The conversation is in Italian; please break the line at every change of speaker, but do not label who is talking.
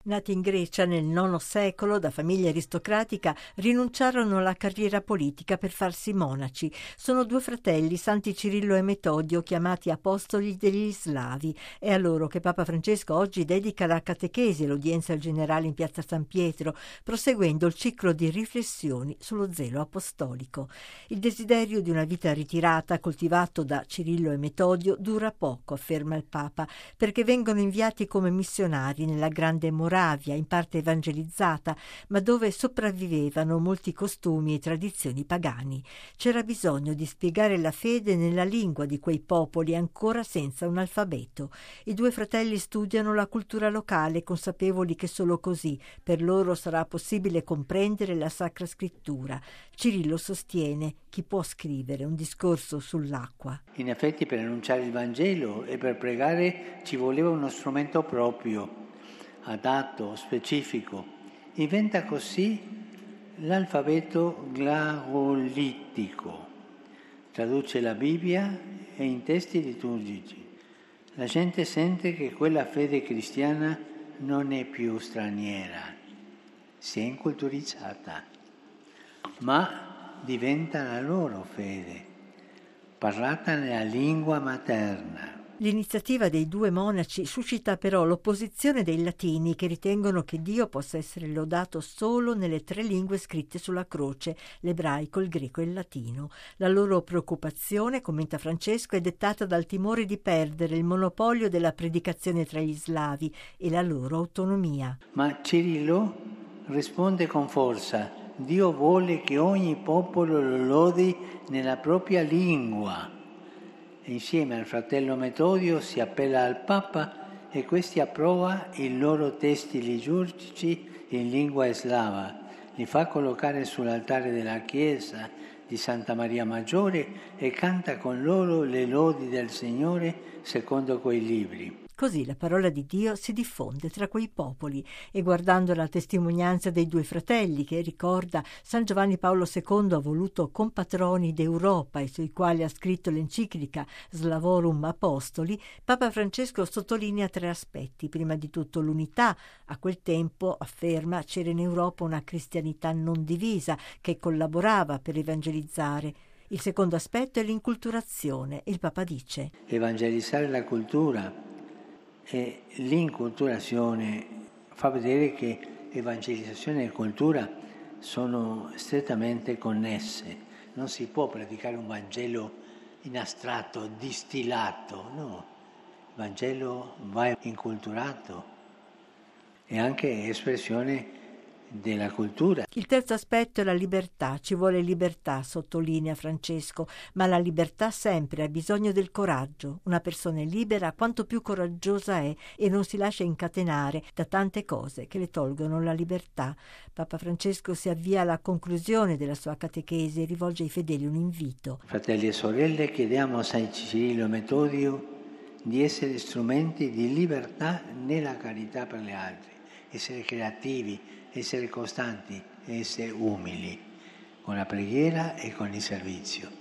Nati in Grecia nel IX secolo da famiglia aristocratica, rinunciarono alla carriera politica per farsi monaci. Sono due fratelli, Santi Cirillo e Metodio, chiamati apostoli degli Slavi. È a loro che Papa Francesco oggi dedica la catechesi e l'udienza al generale in piazza San Pietro, proseguendo il ciclo di riflessioni sullo zelo apostolico. Il desiderio di una vita ritirata, coltivato da Cirillo e Metodio, dura poco, afferma il Papa, perché vengono inviati come missionari nella Grande Moravia, in parte evangelizzata, ma dove sopravvivevano molti costumi e tradizioni pagani. C'era bisogno di spiegare la fede nella lingua di quei popoli ancora senza un alfabeto. I due fratelli studiano la cultura locale, consapevoli che solo così per loro sarà possibile comprendere la Sacra Scrittura. Cirillo sostiene: chi può scrivere un discorso sull'acqua?
In effetti, per annunciare il Vangelo e per pregare ci voleva uno strumento proprio, adatto, specifico. Inventa così l'alfabeto glagolitico. Traduce la Bibbia e in testi liturgici. La gente sente che quella fede cristiana non è più straniera, si è inculturizzata, ma diventa la loro fede, parlata nella lingua materna.
L'iniziativa dei due monaci suscita però l'opposizione dei latini, che ritengono che Dio possa essere lodato solo nelle tre lingue scritte sulla croce, l'ebraico, il greco e il latino. La loro preoccupazione, commenta Francesco, è dettata dal timore di perdere il monopolio della predicazione tra gli slavi e la loro autonomia.
Ma Cirillo risponde con forza: Dio vuole che ogni popolo lo lodi nella propria lingua. Insieme al fratello Metodio si appella al Papa e questi approva i loro testi liturgici in lingua slava, li fa collocare sull'altare della chiesa di Santa Maria Maggiore e canta con loro le lodi del Signore secondo quei libri.
Così la parola di Dio si diffonde tra quei popoli e, guardando la testimonianza dei due fratelli che ricorda San Giovanni Paolo II ha voluto compatroni d'Europa e sui quali ha scritto l'enciclica Slavorum Apostoli, Papa Francesco sottolinea tre aspetti. Prima di tutto l'unità. A quel tempo, afferma, c'era in Europa una cristianità non divisa che collaborava per evangelizzare. Il secondo aspetto è l'inculturazione. Il Papa dice:
evangelizzare la cultura. E l'inculturazione fa vedere che evangelizzazione e cultura sono strettamente connesse. Non si può predicare un Vangelo in astratto, distillato, no. Il Vangelo va inculturato, è anche espressione della cultura.
Il terzo aspetto è la libertà. Ci vuole libertà, sottolinea Francesco, ma la libertà sempre ha bisogno del coraggio. Una persona è libera quanto più coraggiosa è e non si lascia incatenare da tante cose che le tolgono la libertà. Papa Francesco si avvia alla conclusione della sua catechesi e rivolge ai fedeli un invito.
Fratelli e sorelle, chiediamo a San Cirillo e Metodio di essere strumenti di libertà nella carità per gli altri, essere creativi, essere costanti, essere umili, con la preghiera e con il servizio.